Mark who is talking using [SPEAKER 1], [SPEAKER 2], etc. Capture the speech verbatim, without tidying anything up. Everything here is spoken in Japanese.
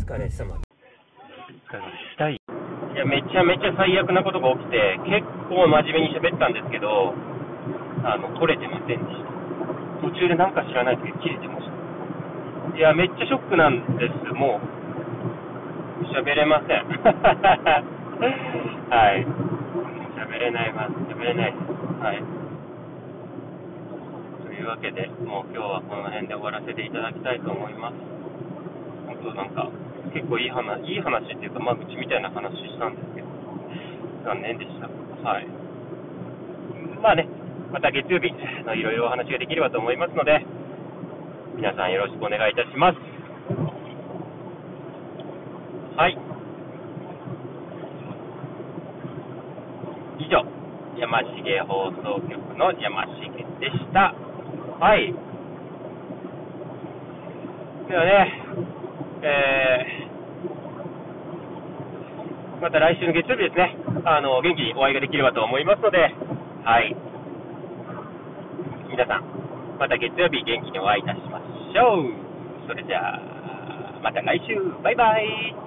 [SPEAKER 1] 疲れ様。
[SPEAKER 2] したい。いや、めちゃめちゃ最悪なことが起きて、結構真面目に喋ったんですけど、あの、取れてませんでした。途中でなんか知らないけど切れてました。いや、めっちゃショックなんです。もう、喋れません。はい。喋れないます。喋れないです。はい。というわけで、もう今日はこの辺で終わらせていただきたいと思います。本当なんか、結構いい話、いい話っていうか、まあ、うちみたいな話したんですけど、残念でした。はい。まあね、また月曜日、いろいろお話ができればと思いますので、皆さんよろしくお願いいたします。はい。以上、山重放送局の山重でした。はい。ではね、えー、また来週の月曜日ですね、あの、元気にお会いができればと思いますので、はい。皆さん、また月曜日元気にお会いいたしましょう。それじゃあ、また来週。バイバイ。